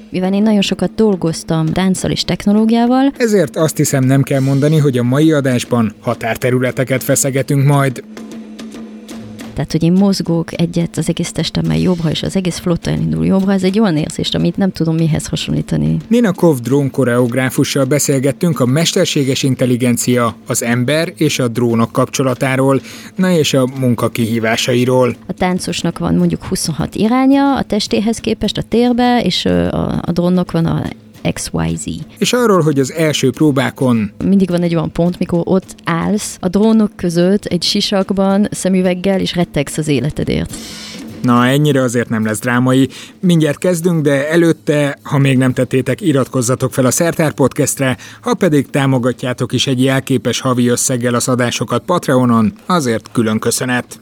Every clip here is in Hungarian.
Mivel én nagyon sokat dolgoztam tánccal és technológiával, ezért azt hiszem, nem kell mondani, hogy a mai adásban határterületeket feszegetünk majd. tehát, hogy én mozgok egyet az egész testemmel jobbra, és az egész flotta elindul jobbra, ez egy olyan érzés, amit nem tudom mihez hasonlítani. Nina Kov drón koreográfussal beszélgettünk a mesterséges intelligencia, az ember és a drónok kapcsolatáról, na és a munka kihívásairól. A táncosnak van mondjuk 26 iránya a testéhez képest a térbe, és a drónnak van a XYZ. És arról, hogy az első próbákon mindig van egy olyan pont, mikor ott állsz a drónok között egy sisakban, szemüveggel, és rettegsz az életedért. Na, ennyire azért nem lesz drámai. Mindjárt kezdünk, de előtte, ha még nem tettétek, iratkozzatok fel a Szertár Podcastre, ha pedig támogatjátok is egy jelképes havi összeggel az adásokat Patreonon, azért külön köszönet.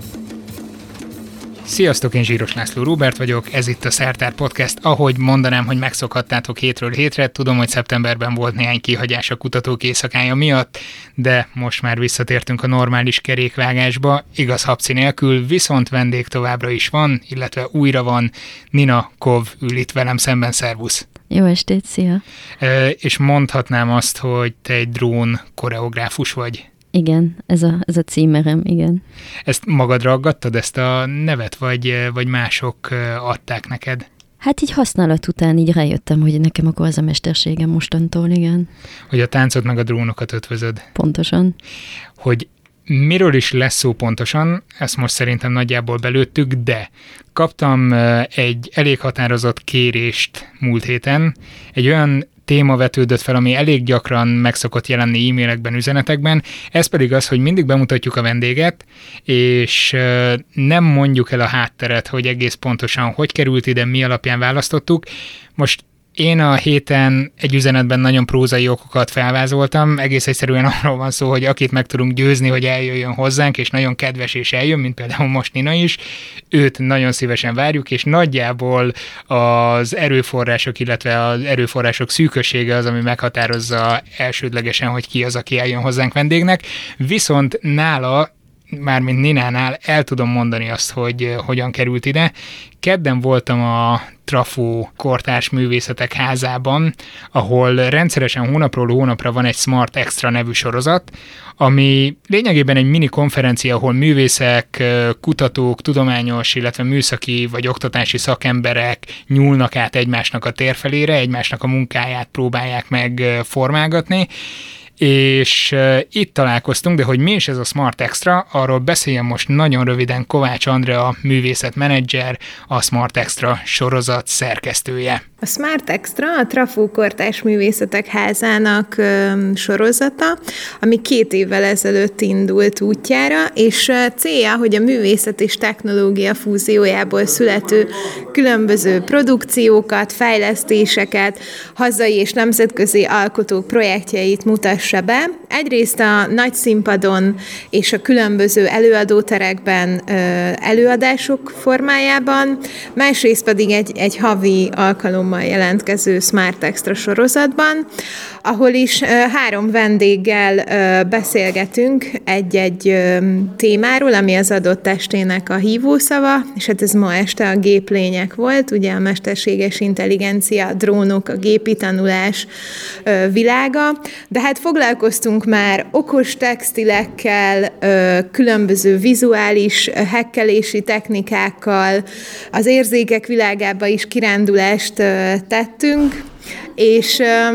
Sziasztok, én Zsíros László Róbert vagyok, ez itt a Szertár Podcast. Ahogy mondanám, hogy megszokhattátok hétről hétre, tudom, hogy szeptemberben volt néhány kihagyás a kutatók éjszakája miatt, de most már visszatértünk a normális kerékvágásba, igaz habci nélkül, viszont vendég továbbra is van, illetve újra van. Nina Kov ül itt velem szemben, szervusz! Jó estét, szia! És mondhatnám azt, hogy te egy drón koreográfus vagy. Igen, ez a címerem, igen. Ezt magadra aggattad, ezt a nevet, vagy mások adták neked? Hát így használat után így rájöttem, hogy nekem akkor az a mesterségem mostantól, igen. Hogy a táncot meg a drónokat ötvözöd. Pontosan. Hogy miről is lesz szó pontosan, ezt most szerintem nagyjából belőttük, de kaptam egy elég határozott kérést múlt héten, egy olyan téma vetődött fel, ami elég gyakran meg szokott jelenni e-mailekben, üzenetekben, ez pedig az, hogy mindig bemutatjuk a vendéget, és nem mondjuk el a hátteret, hogy egész pontosan hogy került ide, mi alapján választottuk. Most én a héten egy üzenetben nagyon prózai okokat felvázoltam, egész egyszerűen arról van szó, hogy akit meg tudunk győzni, hogy eljöjjön hozzánk, és nagyon kedves és eljön, mint például most Nina is, őt nagyon szívesen várjuk, és nagyjából az erőforrások, illetve az erőforrások szűkössége az, ami meghatározza elsődlegesen, hogy ki az, aki eljön hozzánk vendégnek, viszont nála, mármint Ninánál el tudom mondani azt, hogy hogyan került ide. Kedden voltam a Trafó Kortárs Művészetek Házában, ahol rendszeresen hónapról hónapra van egy Smart Extra nevű sorozat, ami lényegében egy mini konferencia, ahol művészek, kutatók, tudományos, illetve műszaki vagy oktatási szakemberek nyúlnak át egymásnak a térfelére, egymásnak a munkáját próbálják meg formálgatni, és itt találkoztunk, de hogy mi is ez a Smart Extra, arról beszéljen most nagyon röviden Kovács Andrea, művészetmenedzser, a Smart Extra sorozat szerkesztője. A Smart Extra a Trafó Kortárs Művészetek Házának sorozata, ami 2 évvel ezelőtt indult útjára, és célja, hogy a művészet és technológia fúziójából születő különböző produkciókat, fejlesztéseket, hazai és nemzetközi alkotók projektjeit mutassa be. Egyrészt a nagy színpadon és a különböző előadóterekben előadások formájában, másrészt pedig egy havi alkalommal jelentkező Smart Extra sorozatban, ahol is 3 vendéggel beszélgetünk egy-egy témáról, ami az adott estének a hívószava, és hát ez ma este a géplények volt, ugye a mesterséges intelligencia, a drónok, a gépi tanulás világa, de hát foglalkoztunk már okos textilekkel, különböző vizuális hekkelési technikákkal, az érzékek világába is kirándulást tettünk, és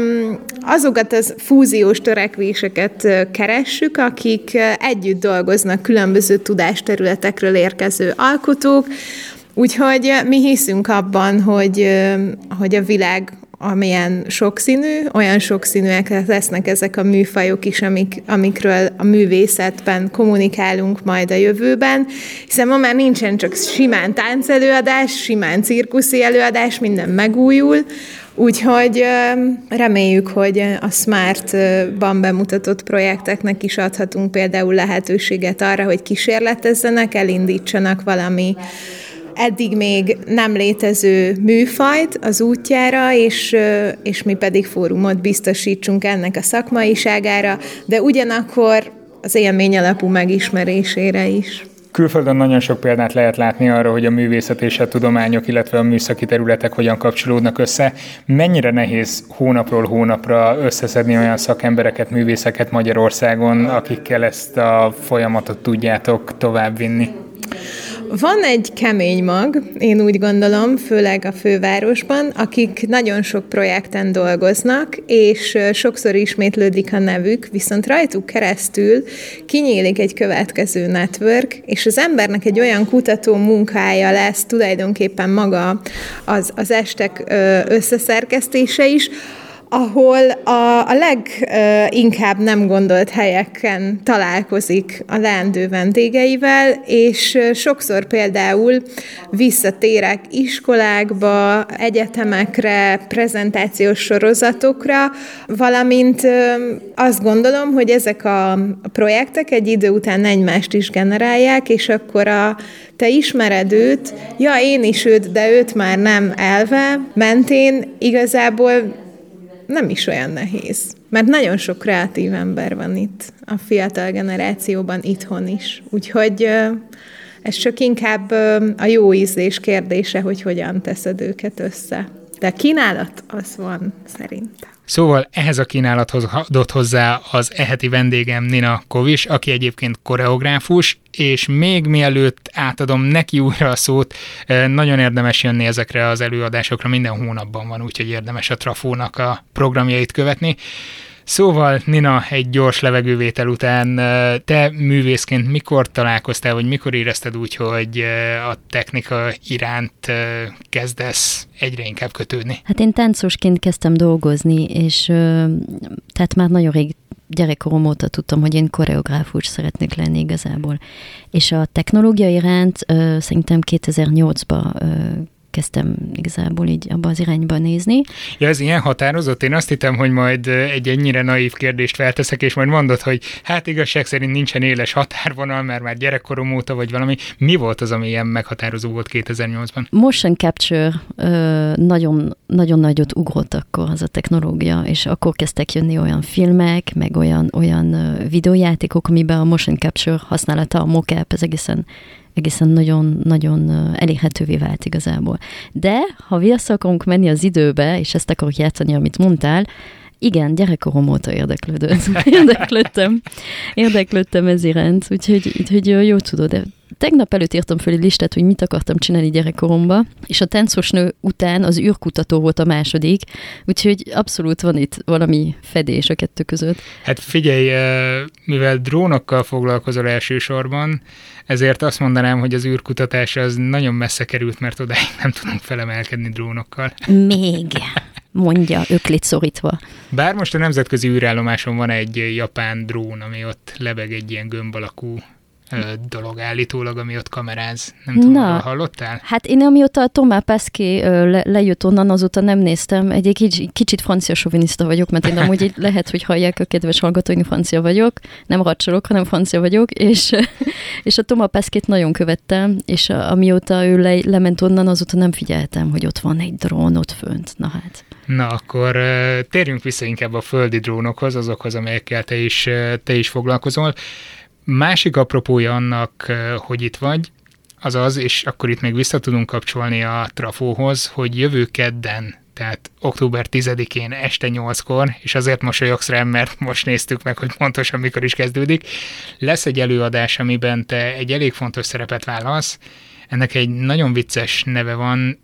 azokat az fúziós törekvéseket keressük, akik együtt dolgoznak különböző tudásterületekről érkező alkotók, úgyhogy mi hiszünk abban, hogy a világ amilyen sokszínű, olyan sokszínűek lesznek ezek a műfajok is, amikről a művészetben kommunikálunk majd a jövőben, hiszen ma már nincsen csak simán táncelőadás, simán cirkuszi előadás, minden megújul, úgyhogy reméljük, hogy a Smart-ban bemutatott projekteknek is adhatunk például lehetőséget arra, hogy kísérletezzenek, elindítsanak valami eddig még nem létező műfajt az útjára, és mi pedig fórumot biztosítsunk ennek a szakmaiságára, de ugyanakkor az élmény alapú megismerésére is. Külföldön nagyon sok példát lehet látni arra, hogy a művészet és a tudományok, illetve a műszaki területek hogyan kapcsolódnak össze. Mennyire nehéz hónapról hónapra összeszedni olyan szakembereket, művészeket Magyarországon, akikkel ezt a folyamatot tudjátok továbbvinni? Van egy kemény mag, én úgy gondolom, főleg a fővárosban, akik nagyon sok projekten dolgoznak, és sokszor ismétlődik a nevük, viszont rajtuk keresztül kinyílik egy következő network, és az embernek egy olyan kutató munkája lesz tulajdonképpen maga az estek összeszerkesztése is, ahol a leginkább nem gondolt helyeken találkozik a leendő vendégeivel, és sokszor például visszatérek iskolákba, egyetemekre, prezentációs sorozatokra, valamint azt gondolom, hogy ezek a projektek egy idő után egymást is generálják, és akkor a te ismered őt, ja, én is őt, de őt már nem elve mentén igazából nem is olyan nehéz. Mert nagyon sok kreatív ember van itt, a fiatal generációban itthon is. Úgyhogy ez csak inkább a jó ízlés kérdése, hogy hogyan teszed őket össze. De a kínálat az van, szerintem. Szóval ehhez a kínálathoz adott hozzá az eheti vendégem Nina Kovics, aki egyébként koreográfus, és még mielőtt átadom neki újra a szót, nagyon érdemes jönni ezekre az előadásokra, minden hónapban van, úgyhogy érdemes a Trafónak a programjait követni. Szóval, Nina, egy gyors levegővétel után te művészként mikor találkoztál, vagy mikor érezted úgy, hogy a technika iránt kezdesz egyre inkább kötődni? Hát én táncosként kezdtem dolgozni, és tehát már nagyon rég gyerekkorom óta tudtam, hogy én koreográfus szeretnék lenni igazából. És a technológia iránt szerintem 2008-ban kezdtem igazából így abba az irányba nézni. Ja, ez ilyen határozott? Én azt hittem, hogy majd egy ennyire naív kérdést felteszek, és majd mondod, hogy hát igazság szerint nincsen éles határvonal, mert már gyerekkorom óta, vagy valami. Mi volt az, ami ilyen meghatározó volt 2008-ban? Motion capture nagyon nagyot ugrott akkor az a technológia, és akkor kezdtek jönni olyan filmek, meg olyan videójátékok, amiben a motion capture használata, a mocap, ez egészen nagyon elérhetővé vált igazából. De, ha vissza akarunk menni az időbe, és ezt akarok játszani, amit mondtál, igen, gyerekkorom óta érdeklődtem ez iránt, úgyhogy jó tudod, de tegnap előtt írtam föl egy listát, hogy mit akartam csinálni gyerekkoromban, és a táncosnő után az űrkutató volt a második, úgyhogy abszolút van itt valami fedés a kettő között. Hát figyelj, mivel drónokkal foglalkozol elsősorban, ezért azt mondanám, hogy az űrkutatás az nagyon messze került, mert odáig nem tudunk felemelkedni drónokkal. Még, mondja, öklét szorítva. Bár most a nemzetközi űrállomáson van egy japán drón, ami ott lebeg egy ilyen gömb alakú dolog állítólag, ami ott kameráz. Nem tudom, hallottál? Hát én amióta a Thomas Pesquet lejött onnan, azóta nem néztem. Egy kicsit francia soviniszta vagyok, mert én amúgy lehet, hogy hallják a kedves hallgatóink, francia vagyok. Nem racsolok, hanem francia vagyok, és a Thomas Pesquet nagyon követtem, és amióta ő lement onnan, azóta nem figyeltem, hogy ott van egy drón ott fönt. Na hát. Na, akkor térjünk vissza inkább a földi drónokhoz, azokhoz, amelyekkel te is foglalkozol. Másik apropója annak, hogy itt vagy, az, és akkor itt még vissza tudunk kapcsolni a Trafóhoz, hogy jövő kedden, tehát október 10-én este 8-kor, és azért mosolyogsz rám, mert most néztük meg, hogy pontosan mikor is kezdődik, lesz egy előadás, amiben te egy elég fontos szerepet vállalsz. Ennek egy nagyon vicces neve van,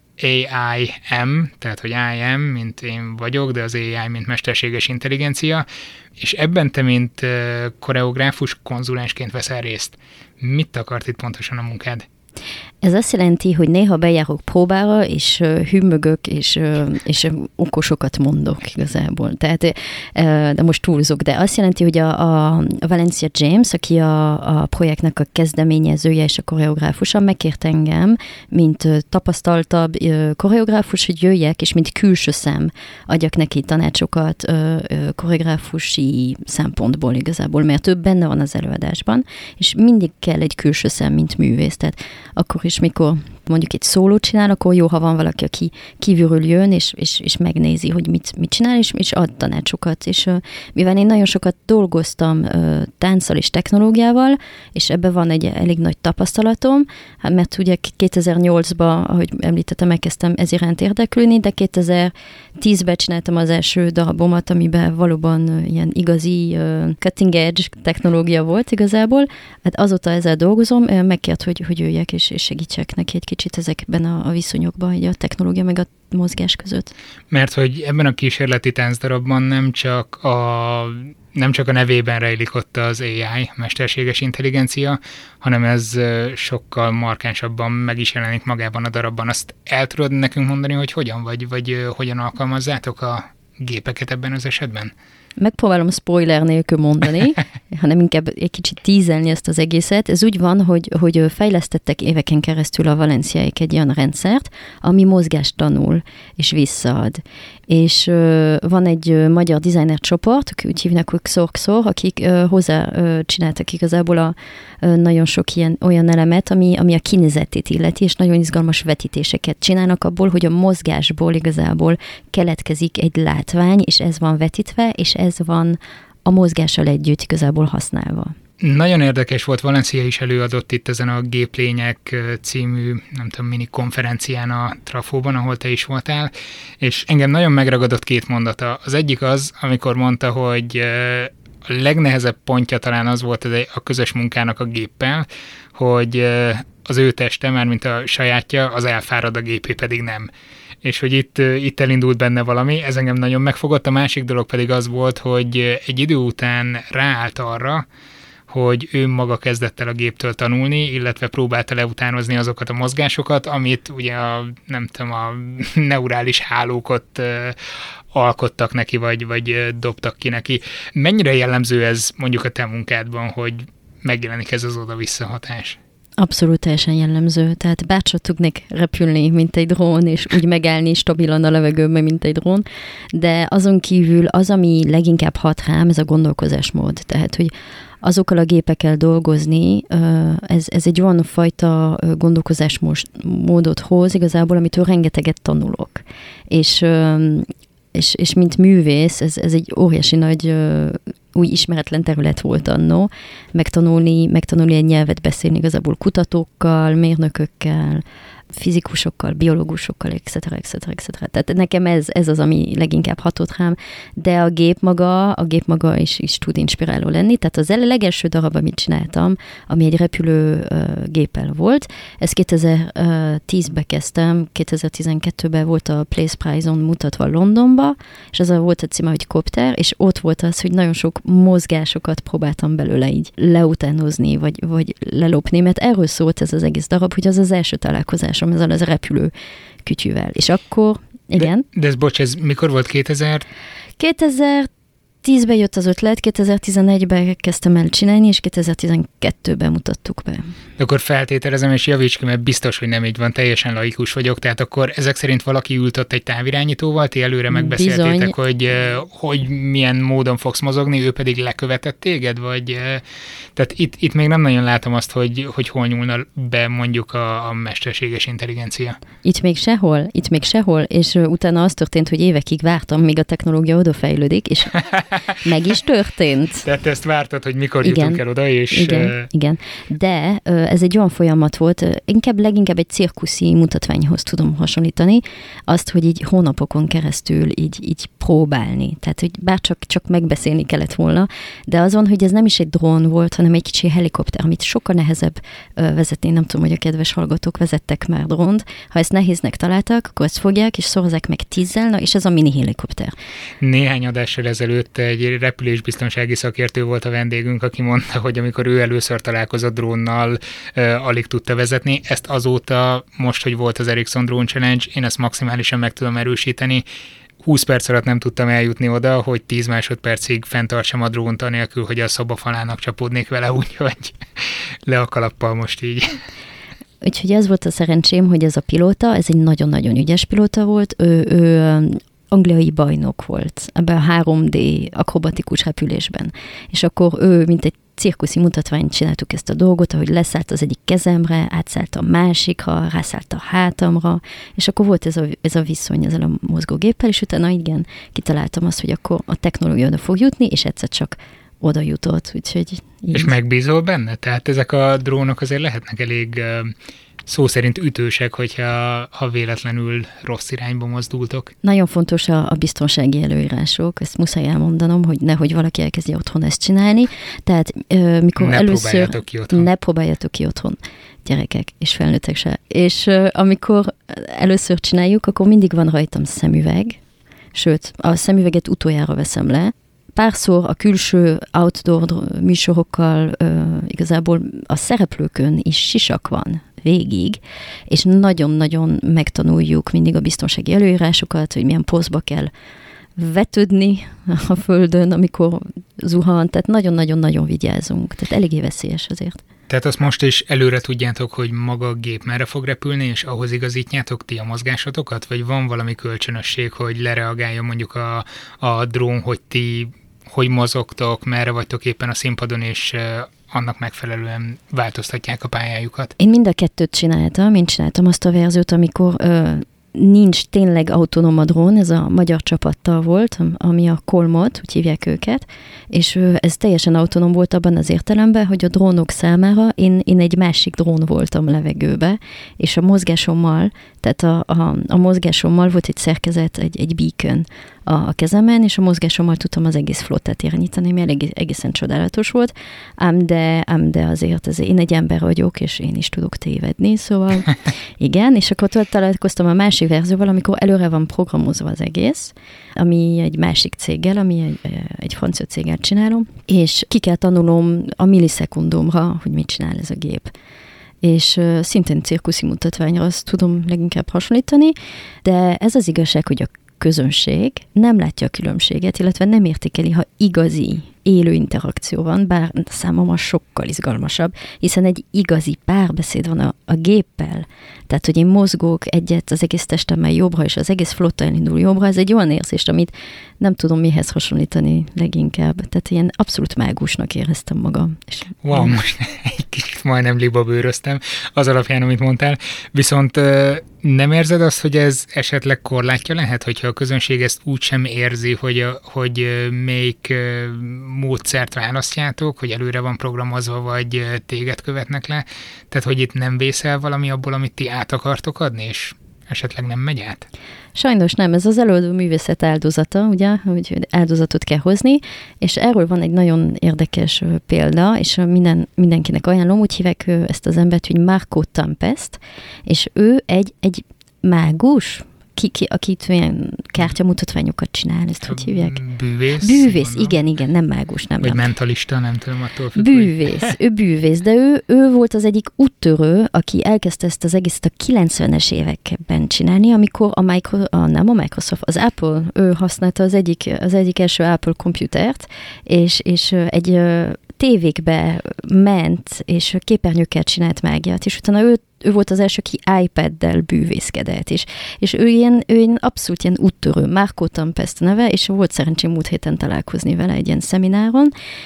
AIM, tehát hogy I am, mint én vagyok, de az AI, mint mesterséges intelligencia, és ebben te, mint koreográfus, konzulensként veszel részt. Mit akart itt pontosan a munkád? Ez azt jelenti, hogy néha bejárok próbára, és hümmögök, és okosokat mondok igazából. Tehát, de most túlzok, de azt jelenti, hogy a Valencia James, aki a projektnek a kezdeményezője és a koreográfusa, megkért engem, mint tapasztaltabb koreográfus, hogy jöjjek, és mint külső szem adjak neki tanácsokat koreográfusi szempontból igazából, mert több benne van az előadásban, és mindig kell egy külső szem, mint művész. Tehát akkor is és mikor mondjuk egy szólót csinál, akkor jó, ha van valaki, aki kívülről jön, és megnézi, hogy mit csinál, és ad tanácsokat. És mivel én nagyon sokat dolgoztam tánccal és technológiával, és ebben van egy elég nagy tapasztalatom, mert ugye 2008-ban, ahogy említettem, elkezdtem ez iránt érdeklődni, de 2010-ben csináltam az első darabomat, amiben valóban ilyen igazi cutting edge technológia volt igazából. Hát azóta ezzel dolgozom, megkért, hogy jöjjek és segítsek neki egy kicsit ezekben a viszonyokban, a technológia meg a mozgás között. Mert hogy ebben a kísérleti táncdarabban nem csak a nevében rejlik ott az AI, mesterséges intelligencia, hanem ez sokkal markánsabban meg is jelenik magában a darabban. Azt el tudod nekünk mondani, hogy hogyan vagy hogyan alkalmazzátok a gépeket ebben az esetben? Megpróbálom spoiler nélkül mondani, hanem inkább egy kicsit tízelni ezt az egészet. Ez úgy van, hogy fejlesztettek éveken keresztül a valenciáik egy olyan rendszert, ami mozgást tanul és visszaad. És van egy magyar designer csoport, úgy hívnak, hogy XOR, akik hozzá csináltak igazából nagyon sok olyan elemet, ami a kinézetét illeti, és nagyon izgalmas vetítéseket csinálnak abból, hogy a mozgásból igazából keletkezik egy látvány, és ez van vetítve, és ez van a mozgással együtt igazából használva. Nagyon érdekes volt, Valencia is előadott itt ezen a Géplények című, nem tudom, mini konferencián a Trafóban, ahol te is voltál, és engem nagyon megragadott két mondata. Az egyik az, amikor mondta, hogy a legnehezebb pontja talán az volt a közös munkának a géppel, hogy az ő teste, már mint a sajátja, az elfárad, a gépé pedig nem. És hogy itt elindult benne valami, ez engem nagyon megfogott. A másik dolog pedig az volt, hogy egy idő után ráállt arra, hogy ő maga kezdett el a géptől tanulni, illetve próbálta leutánozni azokat a mozgásokat, amit ugye a neurális hálókot alkottak neki, vagy dobtak ki neki. Mennyire jellemző ez mondjuk a te munkádban, hogy megjelenik ez az oda-vissza hatás? Abszolút teljesen jellemző. Tehát bárcsak tudnék repülni, mint egy drón, és úgy megállni stabilan a levegőben, mint egy drón, de azon kívül az, ami leginkább hat rám, ez a gondolkozásmód. Tehát, hogy azokkal a gépekkel dolgozni, ez egy olyan fajta gondolkozásmódot hoz igazából, amitől rengeteget tanulok. És mint művész, ez egy óriási nagy új ismeretlen terület volt annó, megtanulni egy nyelvet beszélni igazából kutatókkal, mérnökökkel, fizikusokkal, biológusokkal, etc. Tehát nekem ez az, ami leginkább hatott rám, de a gép maga is tud inspiráló lenni. Tehát az legelső darab, amit csináltam, ami egy repülő géppel volt, ezt 2010-ben kezdtem, 2012-ben volt a Place Prize-on mutatva Londonba, és az volt a címe, hogy Kopter, és ott volt az, hogy nagyon sok mozgásokat próbáltam belőle így leutánozni, vagy lelopni, mert erről szólt ez az egész darab, hogy az az első találkozásom ezzel az repülő kütyűvel. És akkor, igen. De ez mikor volt? 2010-ben jött az ötlet, 2011-ben kezdtem el csinálni, és 2012-ben mutattuk be. De akkor feltételezem, és javíts ki, mert biztos, hogy nem így van, teljesen laikus vagyok, tehát akkor ezek szerint valaki ült ott egy távirányítóval, ti előre megbeszéltétek, hogy milyen módon fogsz mozogni, ő pedig lekövetett téged, vagy... Tehát itt még nem nagyon látom azt, hogy hol nyúlna be mondjuk a mesterséges intelligencia. Itt még sehol, és utána az történt, hogy évekig vártam, míg a technológia odafejlődik, és meg is történt. Tehát ezt vártad, hogy mikor jutunk el oda, és... Igen. De ez egy olyan folyamat volt, leginkább egy cirkuszi mutatványhoz tudom hasonlítani, azt, hogy így hónapokon keresztül így próbálni. Tehát, hogy bár csak megbeszélni kellett volna, de azon, hogy ez nem is egy drón volt, hanem egy kicsi helikopter, amit sokkal nehezebb vezetni. Nem tudom, hogy a kedves hallgatók vezettek már drónt. Ha ezt nehéznek találtak, akkor ezt fogják, és szorozzák meg 10-zel, és ez a mini helikopter. Néhány adással ezelőtt egy repülésbiztonsági szakértő volt a vendégünk, aki mondta, hogy amikor ő először találkozott drónnal, alig tudta vezetni. Ezt azóta, most, hogy volt az Ericsson Drone Challenge, én ezt maximálisan meg tudom erősíteni. 20 perc alatt nem tudtam eljutni oda, hogy 10 másodpercig fenntartsam a drónt anélkül, hogy a szobafalának csapódnék vele, úgyhogy le a kalappal most így. Úgyhogy ez volt a szerencsém, hogy ez a pilóta, ez egy nagyon-nagyon ügyes pilóta volt, ő angliai bajnok volt ebben a 3D akrobatikus repülésben. És akkor ő, mint egy cirkuszi mutatványt csináltuk ezt a dolgot, ahogy leszállt az egyik kezemre, átszállt a másikra, rászállt a hátamra, és akkor volt ez a viszony ezzel a mozgógéppel, és utána igen, kitaláltam azt, hogy akkor a technológia oda fog jutni, és egyszer csak oda jutott, úgyhogy... Így. És megbízol benne? Tehát ezek a drónok azért lehetnek elég szó szerint ütősek, ha véletlenül rossz irányba mozdultok. Nagyon fontos a biztonsági előírások, ezt muszáj elmondanom, hogy nehogy valaki elkezdje otthon ezt csinálni. Tehát mikor ne próbáljatok ki otthon, gyerekek és felnőttek se. És amikor először csináljuk, akkor mindig van rajtam szemüveg, sőt, a szemüveget utoljára veszem le. Párszor a külső outdoor műsorokkal igazából a szereplőkön is sisak van végig, és nagyon-nagyon megtanuljuk mindig a biztonsági előírásokat, hogy milyen pózba kell vetődni a földön, amikor zuhan, tehát nagyon-nagyon-nagyon vigyázunk, tehát eléggé veszélyes azért. Tehát azt most is előre tudjátok, hogy maga a gép merre fog repülni, és ahhoz igazítjátok ti a mozgásotokat, vagy van valami kölcsönösség, hogy lereagáljon mondjuk a drón, hogy ti hogy mozogtok, merre vagytok éppen a színpadon, és annak megfelelően változtatják a pályájukat? Én mind a kettőt csináltam. Én csináltam azt a verziót, amikor nincs tényleg autonóm a drón, ez a magyar csapattal volt, ami a Kolmot, úgy hívják őket, és ez teljesen autonóm volt abban az értelemben, hogy a drónok számára én egy másik drón voltam levegőbe, és a mozgásommal, tehát a mozgásommal volt egy szerkezet, egy beacon a kezemen, és a mozgásommal tudtam az egész flottát irányítani, ami egészen csodálatos volt, ám de azért én egy ember vagyok, és én is tudok tévedni, szóval igen, és akkor találkoztam a másik verzióval, amikor előre van programozva az egész, ami egy másik céggel, ami egy francia céggel csinálom, és ki kell tanulnom a millisekundumra, hogy mit csinál ez a gép. És szintén cirkuszi mutatványra azt tudom leginkább hasonlítani, de ez az igazság, hogy a közönség nem látja a különbséget, illetve nem értékeli, ha igazi élő interakció van, bár számomra sokkal izgalmasabb, hiszen egy igazi párbeszéd van a géppel. Tehát, hogy én mozgok egyet az egész testemmel jobbra, és az egész flotta elindul jobbra, ez egy olyan érzést, amit nem tudom mihez hasonlítani leginkább. Tehát ilyen abszolút mágusnak éreztem magam. Wow, most egy kicsit majdnem libabőröztem az alapján, amit mondtál. Viszont nem érzed azt, hogy ez esetleg korlátja lehet, hogyha a közönség ezt úgy sem érzi, hogy melyik módszert választjátok, hogy előre van programozva, vagy téged követnek le? Tehát, hogy itt nem vészel valami abból, amit ti át akartok adni, és esetleg nem megy át? Sajnos nem, ez az előadó művészet áldozata, ugye, hogy áldozatot kell hozni, és erről van egy nagyon érdekes példa, és mindenkinek ajánlom, úgy hívják ezt az embert, hogy Marco Tempest, és ő egy mágus, akit olyan kártyamutatványokat csinál, ezt hogy hívják? Bűvész? Igen, nem mágus, nem. Vagy mentalista, nem tudom, attól függ. Ő bűvész, de ő volt az egyik úttörő, aki elkezdte ezt az egészet a 90-es években csinálni, amikor nem a Microsoft, az Apple, ő használta az egyik első Apple komputert, és egy tévékbe ment, és képernyőkkel csinált mágiát, és utána ő volt az első, aki iPad-del bűvészkedett, és ő ilyen abszolút ilyen úttörő, Marco Tempest neve, és volt szerencsém múlt héten találkozni vele egy ilyen szemináron,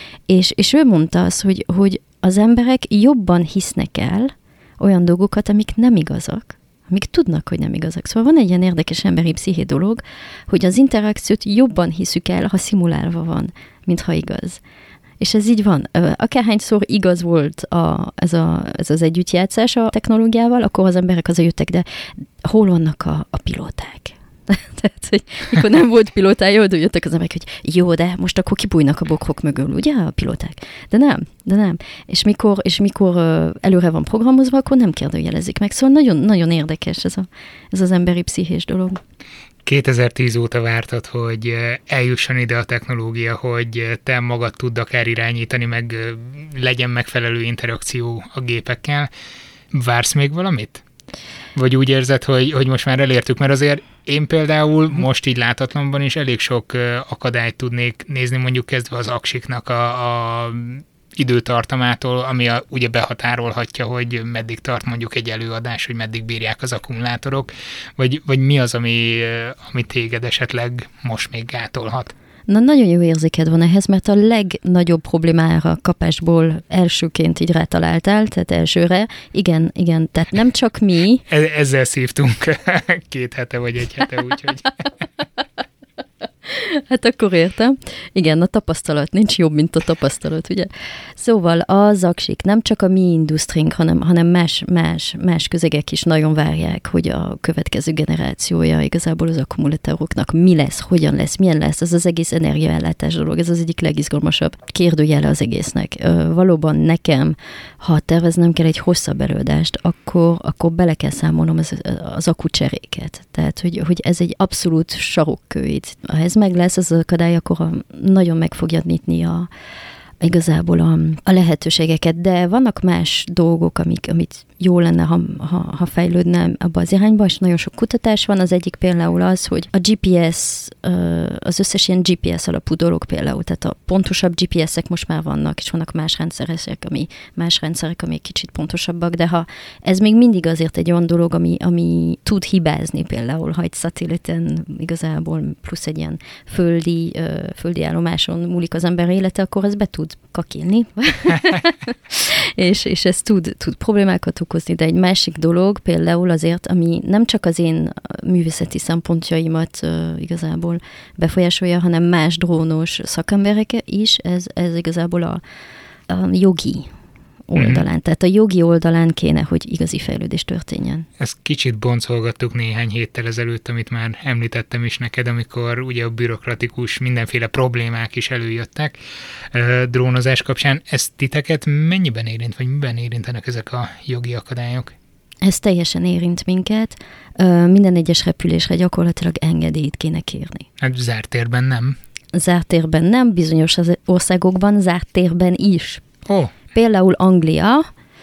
és ő mondta azt, hogy az emberek jobban hisznek el olyan dolgokat, amik nem igazak, amik tudnak, hogy nem igazak. Szóval van egy ilyen érdekes emberi psziché dolog, hogy az interakciót jobban hiszük el, ha szimulálva van, mint ha igaz. És ez így van. Akárhányszor igaz volt ez az együttjátszás a technológiával, akkor az emberek hazajöttek, de hol vannak a pilóták? Tehát, hogy mikor nem volt pilótája, oda jöttek az emberek, hogy jó, de most akkor kibújnak a bokrok mögül, ugye a pilóták? De nem. És mikor előre van programozva, akkor nem kérdőjelezik meg. Szóval nagyon, nagyon érdekes ez az emberi pszichés dolog. 2010 óta vártad, hogy eljusson ide a technológia, hogy te magad tudd akár irányítani, meg legyen megfelelő interakció a gépekkel. Vársz még valamit? Vagy úgy érzed, hogy most már elértük? Mert azért én például most így látatlanban is elég sok akadályt tudnék nézni, mondjuk kezdve az aksiknak a időtartamától, ami ugye behatárolhatja, hogy meddig tart mondjuk egy előadás, hogy meddig bírják az akkumulátorok, vagy mi az, ami téged esetleg most még gátolhat? Na, nagyon jó érzéked van ehhez, mert a legnagyobb problémára kapásból elsőként így rátaláltál, tehát elsőre. Igen, tehát nem csak mi. Ezzel szívtunk 2 hete vagy 1 hete, úgyhogy... Hát akkor értem. Igen, a tapasztalat. Nincs jobb, mint a tapasztalat, ugye? Szóval a zaksik nem csak a mi indusztrink, hanem más közegek is nagyon várják, hogy a következő generációja igazából az akkumulátoroknak mi lesz, hogyan lesz, milyen lesz. Ez az egész energiaellátás dolog, ez az egyik legizgalmasabb kérdőjele az egésznek. Valóban nekem, ha terveznem kell egy hosszabb előadást, akkor bele kell számolnom az akkucseréket. Tehát, hogy ez egy abszolút sarokkő. Ha ez meg lesz az akadály, akkor nagyon meg fogja nyitni igazából a lehetőségeket, de vannak más dolgok, amit jó lenne, ha fejlődne abba az irányba, és nagyon sok kutatás van. Az egyik például az, hogy a GPS, az összes ilyen GPS alapú dolog például, tehát a pontosabb GPS-ek most már vannak, és vannak más rendszerek, ami kicsit pontosabbak, de ha ez még mindig azért egy olyan dolog, ami tud hibázni például, ha egy szatelliten igazából plusz egy ilyen földi állomáson múlik az ember élete, akkor ez be tud kakilni, és ez tud problémákat okozni, de egy másik dolog például azért, ami nem csak az én művészeti szempontjaimat igazából befolyásolja, hanem más drónos szakemberek is, ez igazából a jogi oldalán. Tehát a jogi oldalán kéne, hogy igazi fejlődés történjen. Ezt kicsit boncolgattuk néhány héttel ezelőtt, amit már említettem is neked, amikor ugye a bürokratikus mindenféle problémák is előjöttek drónozás kapcsán. Ez titeket mennyiben érint, vagy miben érintenek ezek a jogi akadályok? Ez teljesen érint minket. Minden egyes repülésre gyakorlatilag engedélyt kéne kérni. Hát zárt térben nem. Zárt térben nem, bizonyos országokban zárt térben is. Például Anglia,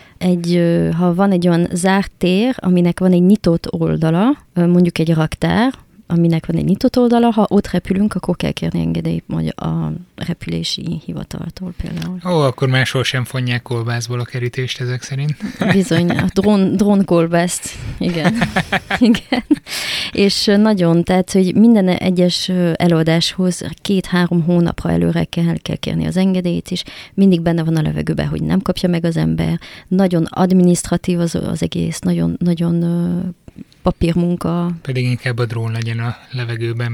ha van egy olyan zárt tér, aminek van egy nyitott oldala, mondjuk egy raktár, aminek van egy nyitott oldala, ha ott repülünk, akkor kell kérni engedélyt a repülési hivataltól például. Akkor máshol sem fonják kolbászból a kerítést ezek szerint. Bizony, a drón kolbászt, igen. Igen. És nagyon, tehát, hogy minden egyes előadáshoz 2-3 hónapra előre kell kérni az engedélyt, és mindig benne van a levegőben, hogy nem kapja meg az ember. Nagyon adminisztratív az egész, nagyon papírmunka. Pedig inkább a drón legyen a levegőben,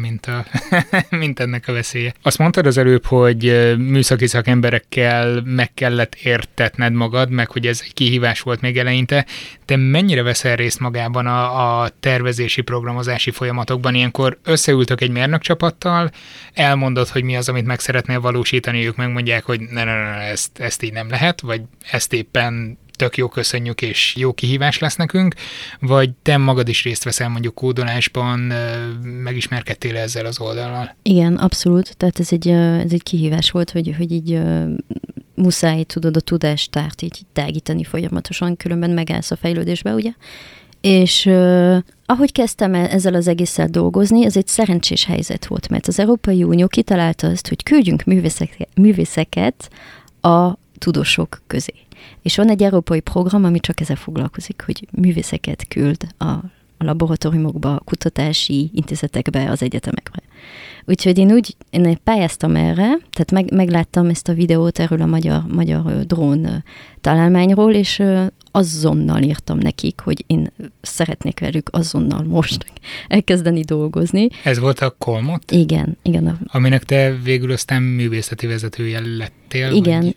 mint ennek a veszélye. Azt mondtad az előbb, hogy műszaki szakemberekkel meg kellett értetned magad, meg hogy ez egy kihívás volt még eleinte. Te mennyire veszel részt magában a tervezési, programozási folyamatokban? Ilyenkor összeültök egy mérnökcsapattal, elmondod, hogy mi az, amit meg szeretnél valósítani, ők megmondják, hogy ne, ezt így nem lehet, vagy ezt éppen tök jó, köszönjük, és jó kihívás lesz nekünk, vagy te magad is részt veszel mondjuk kódolásban, megismerkedtél ezzel az oldallal? Igen, abszolút. Tehát ez egy kihívás volt, hogy így muszáj tudod a tudástárt így tágítani folyamatosan, különben megállsz a fejlődésbe, ugye? És ahogy kezdtem ezzel az egésszel dolgozni, ez egy szerencsés helyzet volt, mert az Európai Unió kitalálta azt, hogy küldjünk művészeket a tudósok közé. És van egy európai program, ami csak ezzel foglalkozik, hogy művészeket küld a laboratóriumokba, a kutatási intézetekbe, az egyetemekbe. Úgyhogy én pályáztam erre, tehát megláttam ezt a videót erről a magyar drón találmányról, és azonnal írtam nekik, hogy én szeretnék velük azonnal most elkezdeni dolgozni. Ez volt a Kolmot? Igen. Aminek te végül aztán művészeti vezetője lettél? Igen,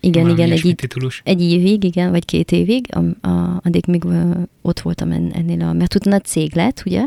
egy évig, igen, vagy 2 évig, addig még ott voltam ennél mert utána cég lett, ugye,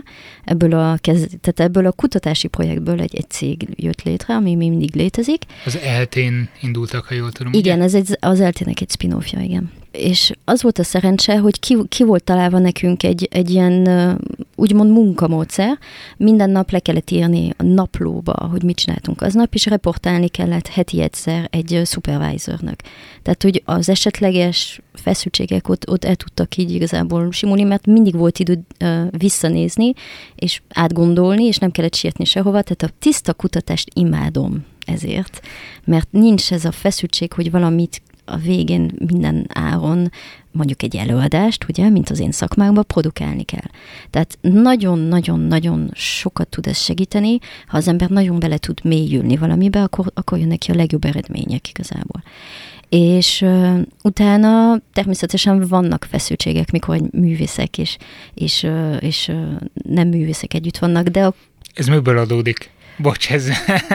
ebből a kutatási projektből egy cég jött létre, ami még mindig létezik. Az ELTE-n indultak, ha jól tudom. Igen, ez az ELTE-nek egy spin-offja, igen. És az volt a szerencse, hogy ki volt találva nekünk egy ilyen úgymond munkamódszer. Minden nap le kellett írni a naplóba, hogy mit csináltunk aznap, és reportálni kellett heti egyszer egy supervisornak. Tehát, hogy az esetleges feszültségek ott el tudtak így igazából simulni, mert mindig volt idő visszanézni, és átgondolni, és nem kellett sietni sehova. Tehát a tiszta kutatást imádom ezért, mert nincs ez a feszültség, hogy valamit a végén minden áron mondjuk egy előadást, ugye, mint az én szakmákban, produkálni kell. Tehát nagyon-nagyon-nagyon sokat tud ez segíteni, ha az ember nagyon bele tud mélyülni valamibe, akkor jön neki a legjobb eredmények igazából. És utána természetesen vannak feszültségek, mikor egy művészek és nem művészek együtt vannak, de Ez miből adódik? Bocs, ez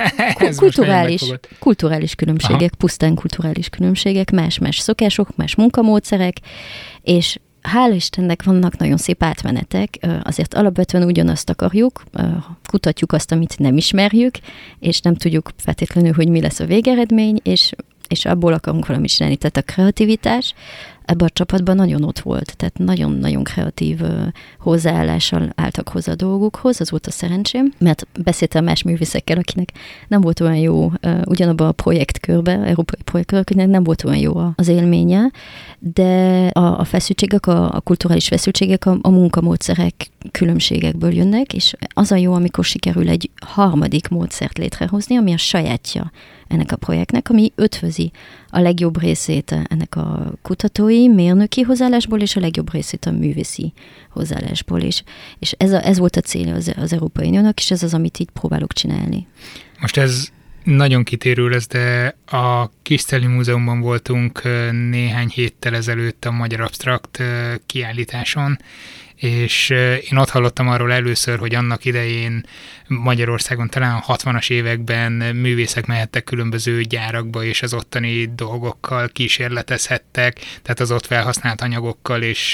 kulturális különbségek, aha. Pusztán kulturális különbségek, más-más szokások, más munkamódszerek, és hála Istennek vannak nagyon szép átmenetek, azért alapvetően ugyanazt akarjuk, kutatjuk azt, amit nem ismerjük, és nem tudjuk feltétlenül, hogy mi lesz a végeredmény, és abból akarunk valamit csinálni. Tehát a kreativitás ebben a csapatban nagyon ott volt, tehát nagyon-nagyon kreatív hozzáállással álltak hozzá a dolgokhoz, az volt a szerencsém, mert beszéltem más művészekkel, akinek nem volt olyan jó ugyanabban a projektkörben, európai projektkörben, nem volt olyan jó az élménye, de a feszültségek, a kulturális feszültségek a munkamódszerek különbségekből jönnek, és az a jó, amikor sikerül egy harmadik módszert létrehozni, ami a sajátja ennek a projektnek, ami ötvözi a legjobb részét ennek a kutatói, mérnöki hozzáállásból, és a legjobb részét a művészi hozzáállásból is. És ez volt a célja az Európai Uniónak, és ez az, amit így próbálok csinálni. Most ez nagyon kitérő lesz, de a Kiscelli Múzeumban voltunk néhány héttel ezelőtt a Magyar Absztrakt kiállításon, és én ott hallottam arról először, hogy annak idején Magyarországon talán a 60-as években művészek mehettek különböző gyárakba, és az ottani dolgokkal kísérletezhettek, tehát az ott felhasznált anyagokkal, és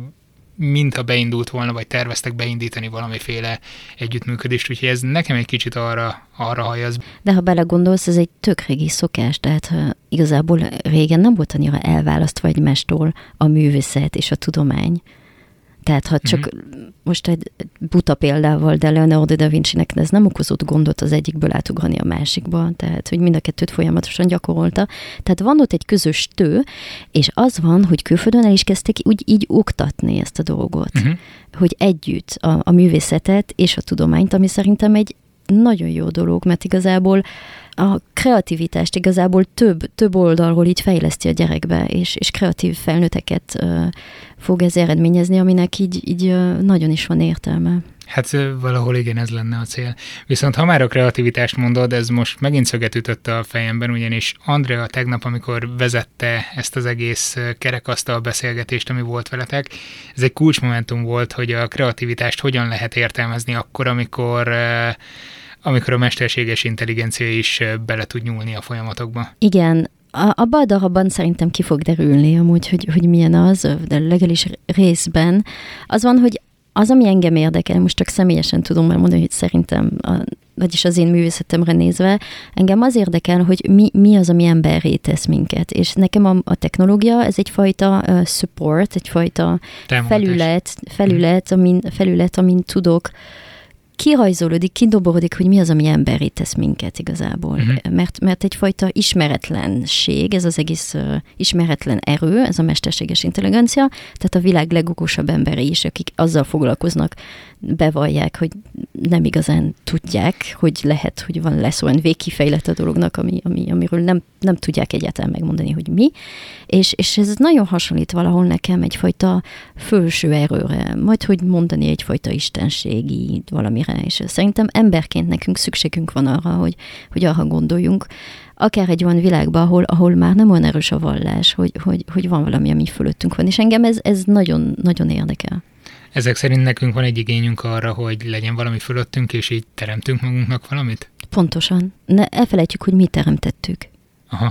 mintha beindult volna, vagy terveztek beindítani valamiféle együttműködést, úgyhogy ez nekem egy kicsit arra hajaz. De ha belegondolsz, ez egy tök régi szokás, tehát igazából régen nem volt annyira elválasztva egymástól a művészet és a tudomány. Tehát ha csak most egy buta példával, de Leonardo da Vincinek ez nem okozott gondot az egyikből átugrani a másikba, tehát hogy mind a kettőt folyamatosan gyakorolta. Tehát van ott egy közös tő, és az van, hogy külföldön el is kezdték így oktatni ezt a dolgot, hogy együtt a művészetet és a tudományt, ami szerintem egy nagyon jó dolog, mert igazából a kreativitást igazából több oldalról így fejleszti a gyerekbe, és kreatív felnőtteket fog ez eredményezni, aminek így nagyon is van értelme. Hát valahol igen, ez lenne a cél. Viszont ha már a kreativitást mondod, ez most megint szöget ütött a fejemben, ugyanis Andrea tegnap, amikor vezette ezt az egész kerekasztal beszélgetést, ami volt veletek, ez egy kulcsmomentum volt, hogy a kreativitást hogyan lehet értelmezni akkor, amikor a mesterséges intelligencia is bele tud nyúlni a folyamatokba. Igen, abban a darabban szerintem ki fog derülni amúgy, hogy milyen az, de legalábbis részben. Az van, hogy az, ami engem érdekel, most csak személyesen tudom már mondani, hogy szerintem, vagyis az én művészetemre nézve, engem az érdekel, hogy mi az, ami emberré tesz minket. És nekem a technológia, ez egyfajta support, egyfajta felület, amin tudok kirajzolódik, kidoborodik, hogy mi az, ami emberré tesz minket igazából. Mert egyfajta ismeretlenség, ez az egész ismeretlen erő, ez a mesterséges intelligencia, tehát a világ legokosabb emberei is, akik azzal foglalkoznak, bevallják, hogy nem igazán tudják, hogy lehet, hogy lesz olyan végkifejlet a dolognak, amiről nem tudják egyáltalán megmondani, hogy mi. És ez nagyon hasonlít valahol nekem egyfajta felső erőre, majd hogy mondani egyfajta istenségi valamire. És szerintem emberként nekünk szükségünk van arra, hogy arra gondoljunk, akár egy olyan világban, ahol már nem olyan erős a vallás, hogy van valami, ami fölöttünk van. És engem ez nagyon, nagyon érdekel. Ezek szerint nekünk van egy igényünk arra, hogy legyen valami fölöttünk, és így teremtünk magunknak valamit? Pontosan. Ne elfelejtjük, hogy mi teremtettük. Aha.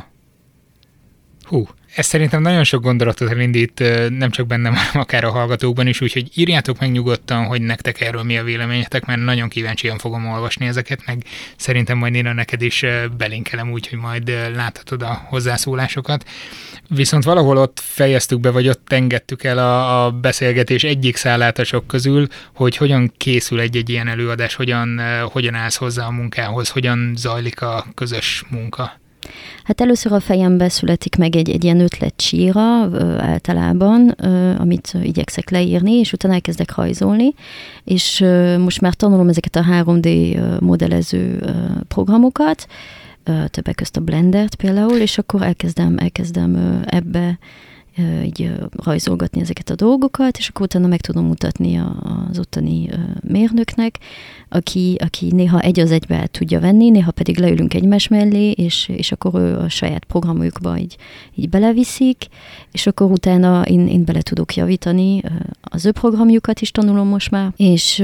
Ez szerintem nagyon sok gondolatot elindít, nem csak bennem, hanem akár a hallgatókban is, úgyhogy írjátok meg nyugodtan, hogy nektek erről mi a véleményetek, mert nagyon kíváncsian fogom olvasni ezeket, meg szerintem majd Nina neked is belinkelem úgy, hogy majd láthatod a hozzászólásokat. Viszont valahol ott fejeztük be, vagy ott engedtük el a beszélgetés egyik szállátások közül, hogy hogyan készül egy ilyen előadás, hogyan állsz hozzá a munkához, hogyan zajlik a közös munka. Hát először a fejembe születik meg egy ilyen ötletcsíra általában, amit igyekszek leírni, és utána elkezdek rajzolni, és most már tanulom ezeket a 3D modellező programokat, többek közt a Blendert például, és akkor elkezdem ebbe így rajzolgatni ezeket a dolgokat, és akkor utána meg tudom mutatni az ottani mérnöknek, aki néha egy az egybe el tudja venni, néha pedig leülünk egymás mellé, és akkor ő a saját programjukba így beleviszik, és akkor utána én bele tudok javítani, az ő programjukat is tanulom most már, és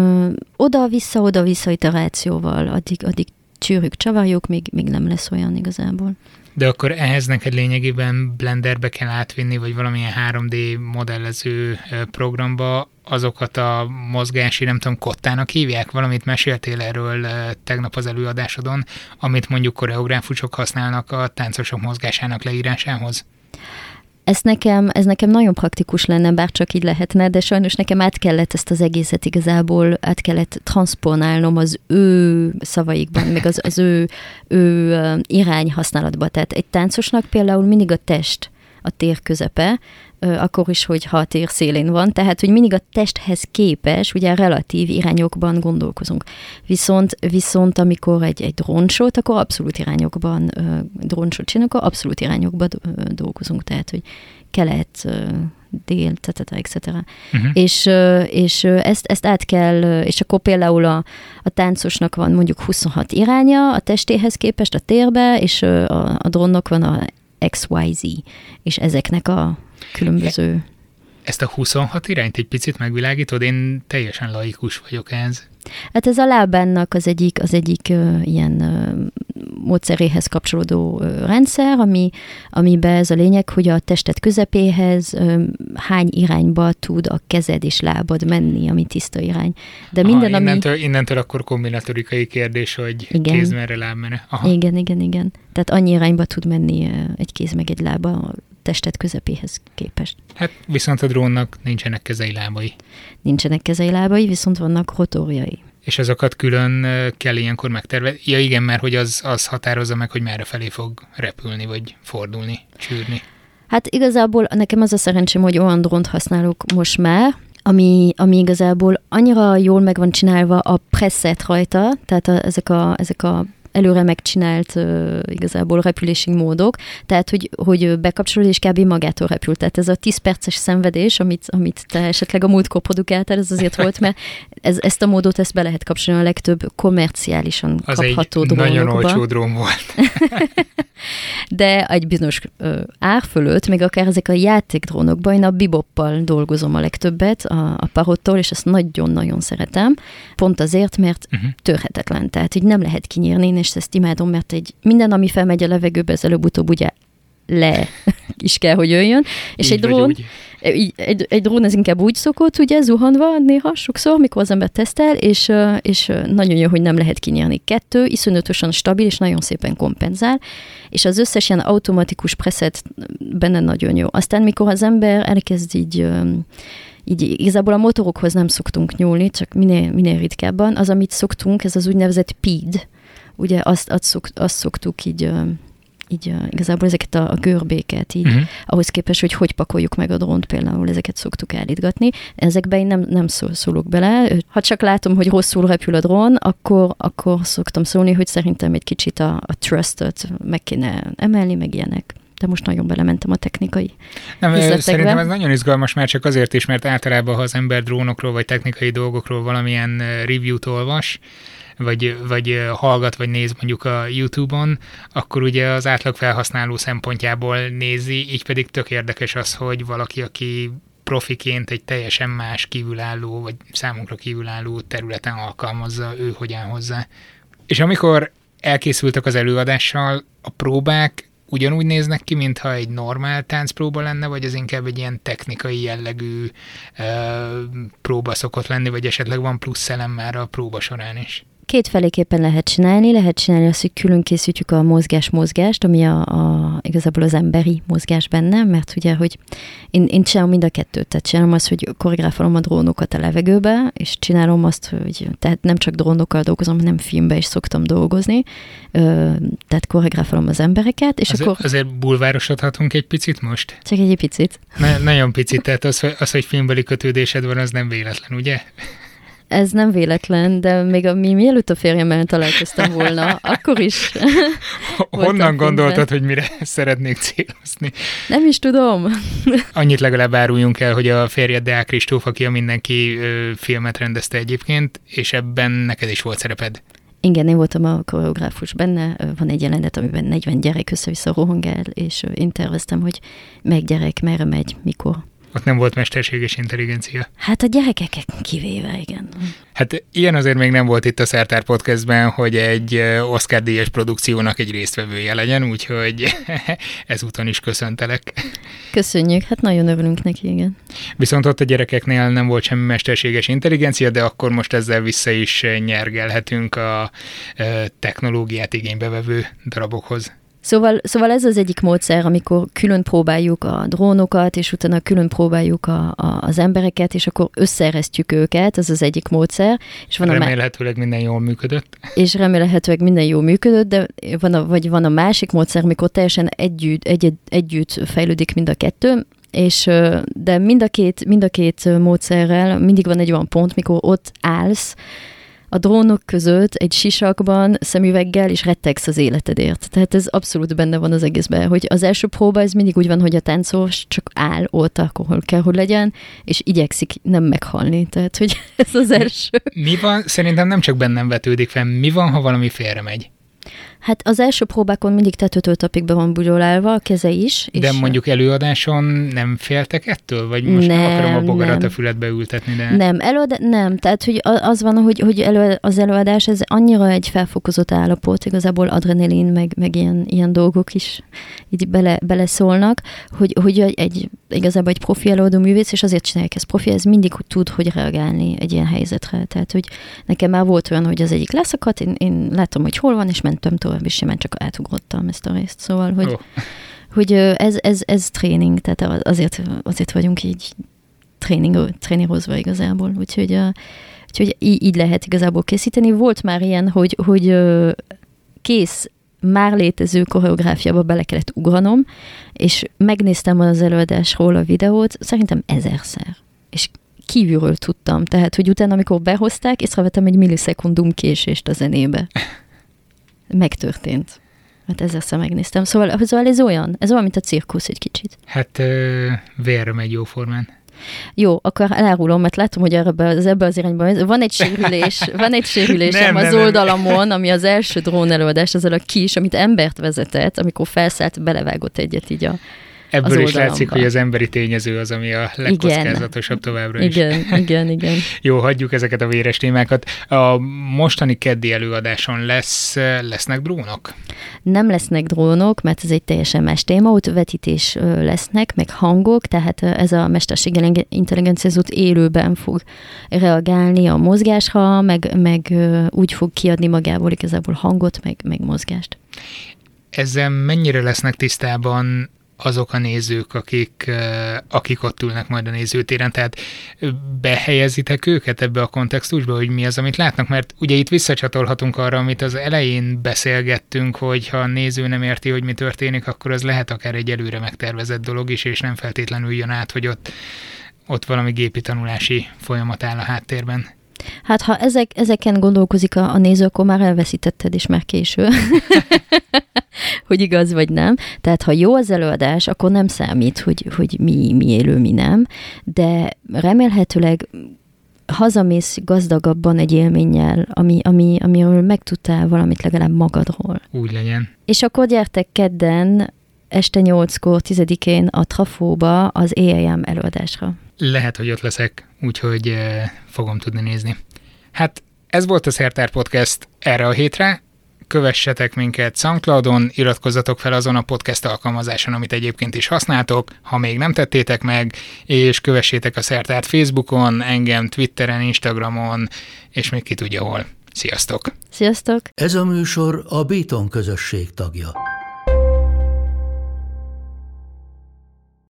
oda-vissza iterációval, addig csűrjük, csavarjuk, még nem lesz olyan igazából. De akkor ehhez neked lényegében Blenderbe kell átvinni, vagy valamilyen 3D modellező programba azokat a mozgási, nem tudom, kottának hívják? Valamit meséltél erről tegnap az előadásodon, amit mondjuk koreográfusok használnak a táncosok mozgásának leírásához? Ez nekem nagyon praktikus lenne, bár csak így lehetne, de sajnos nekem át kellett ezt át kellett transponálnom az ő szavaikban, meg az ő irányhasználatban. Tehát egy táncosnak például mindig a test a tér közepe, akkor is, hogyha a tér szélén van, tehát, hogy mindig a testhez képes, ugye relatív irányokban gondolkozunk. Viszont amikor egy drónsót, akkor abszolút irányokban, drónsót csinálunk, akkor abszolút irányokban dolgozunk, tehát, hogy kelet, dél, etc. És ezt át kell, és akkor például a táncosnak van mondjuk 26 iránya a testéhez képest a térbe, és a drónnak van a XYZ, és ezeknek a különböző... Ezt a 26 irányt egy picit megvilágítod? Én teljesen laikus vagyok ehhez. Hát ez a lábánnak az egyik ilyen módszeréhez kapcsolódó rendszer, amiben ez a lényeg, hogy a tested közepéhez hány irányba tud a kezed és lábad menni, ami tiszta irány. De minden, innentől akkor kombinatorikai kérdés, hogy igen. Kéz merre, láb merre. Igen. Tehát annyi irányba tud menni egy kéz meg egy lába a tested közepéhez képest. Hát viszont a drónnak nincsenek kezei, lábai. Nincsenek kezei, lábai, viszont vannak rotorjai. És azokat külön kell ilyenkor megtervezni? Ja igen, mert hogy az határozza meg, hogy merre felé fog repülni, vagy fordulni, csűrni. Hát igazából nekem az a szerencsém, hogy olyan drónt használok most már, ami igazából annyira jól meg van csinálva a preset rajta, tehát ezek a előre megcsinált igazából repülési módok, tehát hogy bekapcsolod és kb. Magától repül. Tehát ez a 10 perces szenvedés, amit te esetleg a múltkor produkáltál, ez azért volt, mert ezt a módot be lehet kapcsolni a legtöbb kommerciálisan kapható drónokba. Az egy nagyon olcsó drón volt. De egy bizonyos ár fölött, még akár ezek a játékdrónokban, én a Beboppal dolgozom a legtöbbet, a Parottól, és ezt nagyon-nagyon szeretem. Pont azért, mert törhetetlen. Tehát így nem lehet kinyírni, és ezt imádom, mert minden, ami felmegy a levegőbe, ez előbb-utóbb ugye le is kell, hogy jöjjön. És egy drón ez inkább úgy szokott, ugye, zuhanva néha, sokszor, mikor az ember tesztel, és nagyon jó, hogy nem lehet kinyírni. 2, iszonyatosan stabil, és nagyon szépen kompenzál, és az összes ilyen automatikus preset benne nagyon jó. Aztán, mikor az ember elkezd így igazából a motorokhoz nem szoktunk nyúlni, csak minél ritkábban. Az, amit szoktunk, ez az úgynevezett PID. Ugye azt szoktuk így igazából ezeket a görbéket így, ahhoz képest, hogy pakoljuk meg a drónt például, ezeket szoktuk állítgatni. Ezekben én nem szólok bele. Ha csak látom, hogy rosszul repül a drón, akkor szoktam szólni, hogy szerintem egy kicsit a thrustot meg kéne emelni, meg ilyenek. De most nagyon belementem a technikai üzletekbe. Szerintem ez nagyon izgalmas, már csak azért is, mert általában, ha az ember drónokról vagy technikai dolgokról valamilyen review-t olvas, vagy hallgat, vagy néz mondjuk a YouTube-on, akkor ugye az átlag felhasználó szempontjából nézi, így pedig tök érdekes az, hogy valaki, aki profiként egy teljesen más kívülálló, vagy számunkra kívülálló területen alkalmazza, ő hogyan hozzá. És amikor elkészültek az előadással, a próbák ugyanúgy néznek ki, mintha egy normál táncpróba lenne, vagy az inkább egy ilyen technikai jellegű próba szokott lenni, vagy esetleg van plusz elem már a próba során is? Kétféleképpen lehet csinálni azt, hogy külön készítjük a mozgást, ami igazából az emberi mozgás benne, mert ugye, hogy én csinálom mind a kettőt, tehát csinálom azt, hogy koreográfolom a drónokat a levegőbe, és csinálom azt, hogy tehát nem csak drónokkal dolgozom, hanem filmbe is szoktam dolgozni, tehát koreográfolom az embereket, és akkor... Azért bulvárosodhatunk egy picit most? Csak egy picit. Nagyon picit, tehát az, hogy filmbeli kötődésed van, az nem véletlen, ugye? Ez nem véletlen, de még mielőtt a férjemmel találkoztam volna, akkor is Honnan gondoltad, hogy mire szeretnék célozni? Nem is tudom. Annyit legalább áruljunk el, hogy a férjed Deák Kristóf, aki a Mindenki filmet rendezte egyébként, és ebben neked is volt szereped. Igen, én voltam a koreográfus benne, van egy jelenet, amiben 40 gyerek össze-vissza rohangál, és én terveztem, hogy melyik gyerek merre megy, mikor. Ott nem volt mesterséges intelligencia. Hát a gyerekek kivéve, igen. Hát ilyen azért még nem volt itt a Szertár Podcastben, hogy egy Oscar-díjas produkciónak egy résztvevője legyen, úgyhogy ezúton is köszöntelek. Köszönjük, hát nagyon örülünk neki, igen. Viszont ott a gyerekeknél nem volt semmi mesterséges intelligencia, de akkor most ezzel vissza is nyergelhetünk a technológiát igénybevevő darabokhoz. Szóval ez az egyik módszer, amikor külön próbáljuk a drónokat, és utána külön próbáljuk az embereket, és akkor összeeresztjük őket, ez az egyik módszer. És van remélhetőleg minden jól működött. És remélhetőleg minden jól működött, de van a másik módszer, amikor teljesen együtt fejlődik mind a kettő, de mind a két módszerrel mindig van egy olyan pont, mikor ott állsz, a drónok között egy sisakban, szemüveggel, és rettegsz az életedért. Tehát ez abszolút benne van az egészben, hogy az első próba ez mindig úgy van, hogy a táncos csak áll ott, ahol kell, hogy legyen, és igyekszik nem meghalni. Tehát, hogy ez az első. Mi van? Szerintem nem csak bennem vetődik fel. Mi van, ha valami félre megy? Hát az első próbákon mindig tetőtől tapig be van bugyolálva, a keze is. De mondjuk előadáson nem féltek ettől? Vagy most nem akarom a bogarat a füledbe ültetni, de... Nem, tehát hogy az van, hogy az előadás, ez annyira egy felfokozott állapot, igazából adrenalin, meg ilyen dolgok is így beleszólnak, hogy igazából egy profi előadó művész, és azért csinálják ezt profi, ez mindig tud, hogy reagálni egy ilyen helyzetre. Tehát, hogy nekem már volt olyan, hogy az egyik leszakadt, én láttam, hogy hol van, és mentem tovább, és simán csak átugrottam ezt a részt. Szóval, hogy ez tréning, tehát azért vagyunk így trénírozva igazából. Úgyhogy így lehet igazából készíteni. Volt már ilyen, hogy kész, már létező koreográfiába bele kellett ugranom, és megnéztem az előadásról a videót, szerintem 1000-szer. És kívülről tudtam. Tehát, hogy utána, amikor behozták, észrevettem egy millisekundum késést a zenébe. Megtörtént. Hát 1000-szer megnéztem. Szóval ez olyan, mint a cirkusz egy kicsit. Hát vérre megy jóformán. Jó, akkor elárulom, mert látom, hogy ebbe az irányban van egy sérülésem az oldalamon, ami az első drón előadás, ezzel a kis, amit embert vezetett, amikor felszállt, belevágott egyet így ebből is látszik, hogy az emberi tényező az, ami a legkockázatosabb továbbra is. Igen. Jó, hagyjuk ezeket a véres témákat. A mostani keddi előadáson lesznek drónok? Nem lesznek drónok, mert ez egy teljesen más téma, ott vetítés lesznek, meg hangok, tehát ez a mesterséges intelligencia az ott élőben fog reagálni a mozgásra, meg úgy fog kiadni magából igazából hangot, meg mozgást. Ezzel mennyire lesznek tisztában azok a nézők, akik ott ülnek majd a nézőtéren, tehát behelyezitek őket ebbe a kontextusba, hogy mi az, amit látnak, mert ugye itt visszacsatolhatunk arra, amit az elején beszélgettünk, hogy ha a néző nem érti, hogy mi történik, akkor az lehet akár egy előre megtervezett dolog is, és nem feltétlenül jön át, hogy ott valami gépi tanulási folyamat áll a háttérben. Hát ha ezeken gondolkozik a néző, akkor már elveszítetted, és már késő. Hogy igaz vagy nem. Tehát ha jó az előadás, akkor nem számít, hogy mi élő, mi nem. De remélhetőleg hazamész gazdagabban egy élménnyel, amiről megtudtál valamit legalább magadról. Úgy legyen. És akkor gyertek kedden, este 8-kor, 10-én a Trafóba az EAM előadásra. Lehet, hogy ott leszek, úgyhogy fogom tudni nézni. Hát ez volt a Szertár Podcast erre a hétre. Kövessetek minket SoundCloudon, iratkozzatok fel azon a podcast alkalmazáson, amit egyébként is használtok, ha még nem tettétek meg, és kövessétek a Szertárt Facebookon, engem Twitteren, Instagramon, és még ki tudja hol. Sziasztok! Sziasztok! Ez a műsor a Béton közösség tagja.